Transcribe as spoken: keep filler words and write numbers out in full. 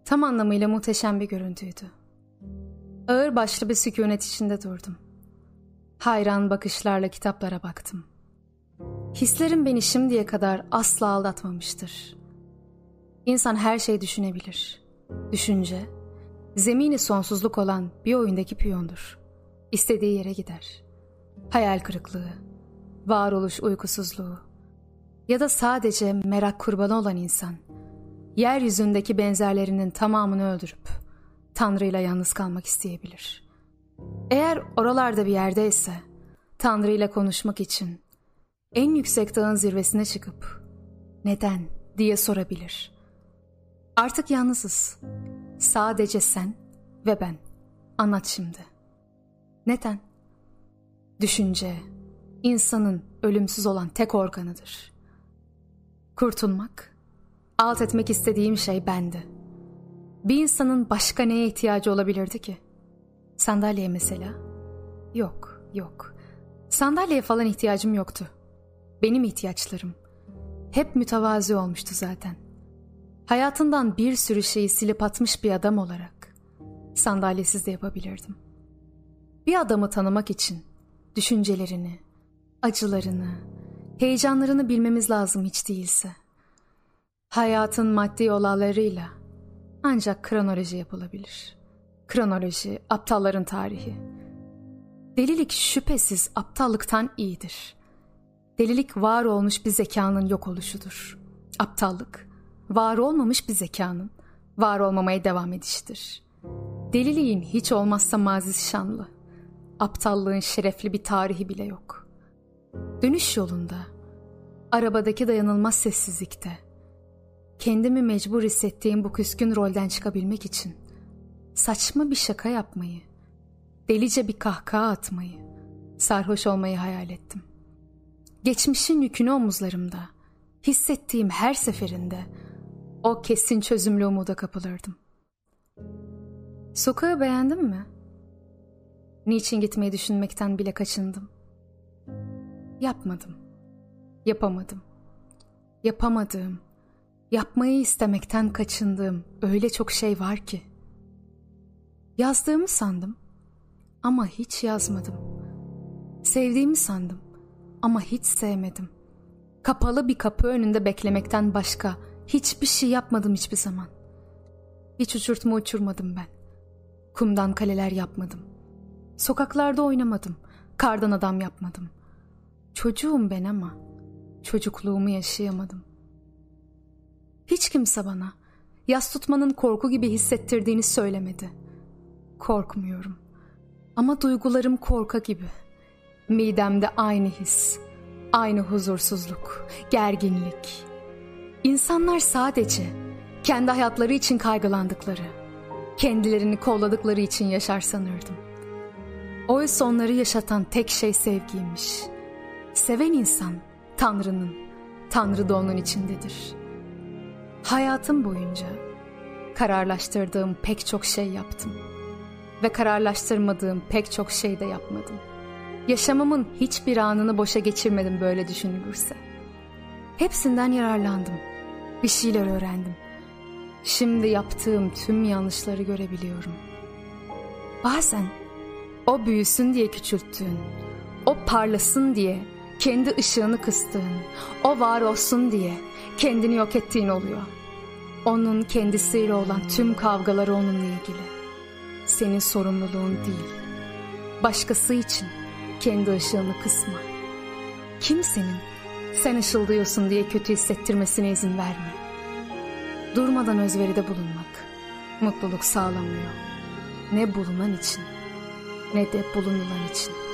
Tam anlamıyla muhteşem bir görüntüydü. Ağır başlı bir sükûnet içinde durdum. Hayran bakışlarla kitaplara baktım. Hislerim beni şimdiye kadar asla aldatmamıştır. İnsan her şey düşünebilir. Düşünce, zemini sonsuzluk olan bir oyundaki piyondur. İstediği yere gider. Hayal kırıklığı, varoluş uykusuzluğu ya da sadece merak kurbanı olan insan, yeryüzündeki benzerlerinin tamamını öldürüp Tanrı'yla yalnız kalmak isteyebilir. Eğer oralarda bir yerdeyse, Tanrı'yla konuşmak için en yüksek dağın zirvesine çıkıp neden diye sorabilir. Artık yalnızız. Sadece sen ve ben. Anlat şimdi. Neden? Düşünce, insanın ölümsüz olan tek organıdır. Kurtulmak, alt etmek istediğim şey bendi. Bir insanın başka neye ihtiyacı olabilirdi ki? Sandalyeye mesela? Yok, yok. Sandalyeye falan ihtiyacım yoktu. Benim ihtiyaçlarım hep mütevazi olmuştu zaten. Hayatından bir sürü şeyi silip atmış bir adam olarak sandalyesiz de yapabilirdim. Bir adamı tanımak için düşüncelerini, acılarını, heyecanlarını bilmemiz lazım hiç değilse. Hayatın maddi olaylarıyla ancak kronoloji yapılabilir. Kronoloji, aptalların tarihi. Delilik şüphesiz aptallıktan iyidir. Delilik var olmuş bir zekanın yok oluşudur. Aptallık, var olmamış bir zekanın var olmamaya devam edişidir. Deliliğin hiç olmazsa mazisi şanlı. Aptallığın şerefli bir tarihi bile yok. Dönüş yolunda, arabadaki dayanılmaz sessizlikte, kendimi mecbur hissettiğim bu küskün rolden çıkabilmek için saçma bir şaka yapmayı, delice bir kahkaha atmayı, sarhoş olmayı hayal ettim. Geçmişin yükünü omuzlarımda, hissettiğim her seferinde o kesin çözümlü umuda kapılırdım. Sokağı beğendin mi? Niçin gitmeyi düşünmekten bile kaçındım. Yapmadım. Yapamadım. Yapamadığım, yapmayı istemekten kaçındığım öyle çok şey var ki. Yazdığımı sandım ama hiç yazmadım. Sevdiğimi sandım ama hiç sevmedim. Kapalı bir kapı önünde beklemekten başka hiçbir şey yapmadım hiçbir zaman. Hiç uçurtma uçurmadım ben. Kumdan kaleler yapmadım. Sokaklarda oynamadım. Kardan adam yapmadım. Çocuğum ben ama çocukluğumu yaşayamadım. Hiç kimse bana yas tutmanın korku gibi hissettirdiğini söylemedi. Korkmuyorum. Ama duygularım korka gibi. Midemde aynı his, aynı huzursuzluk, gerginlik. İnsanlar sadece kendi hayatları için kaygılandıkları, kendilerini kolladıkları için yaşar sanırdım. Oysa onları yaşatan tek şey sevgiymiş. Seven insan Tanrı'nın, Tanrı da onun içindedir. Hayatım boyunca kararlaştırdığım pek çok şey yaptım. Ve kararlaştırmadığım pek çok şey de yapmadım. Yaşamımın hiçbir anını boşa geçirmedim böyle düşünülürse. Hepsinden yararlandım. Bir şeyler öğrendim. Şimdi yaptığım tüm yanlışları görebiliyorum. Bazen o büyüsün diye küçülttüğün, o parlasın diye kendi ışığını kıstığın, o var olsun diye kendini yok ettiğin oluyor. Onun kendisiyle olan tüm kavgaları onunla ilgili. Senin sorumluluğun değil. Başkası için kendi ışığını kısma. Kimsenin sen ışıldıyorsun diye kötü hissettirmesine izin verme. Durmadan özveride bulunmak mutluluk sağlamıyor. Ne bulunan için ne de bulunulan için.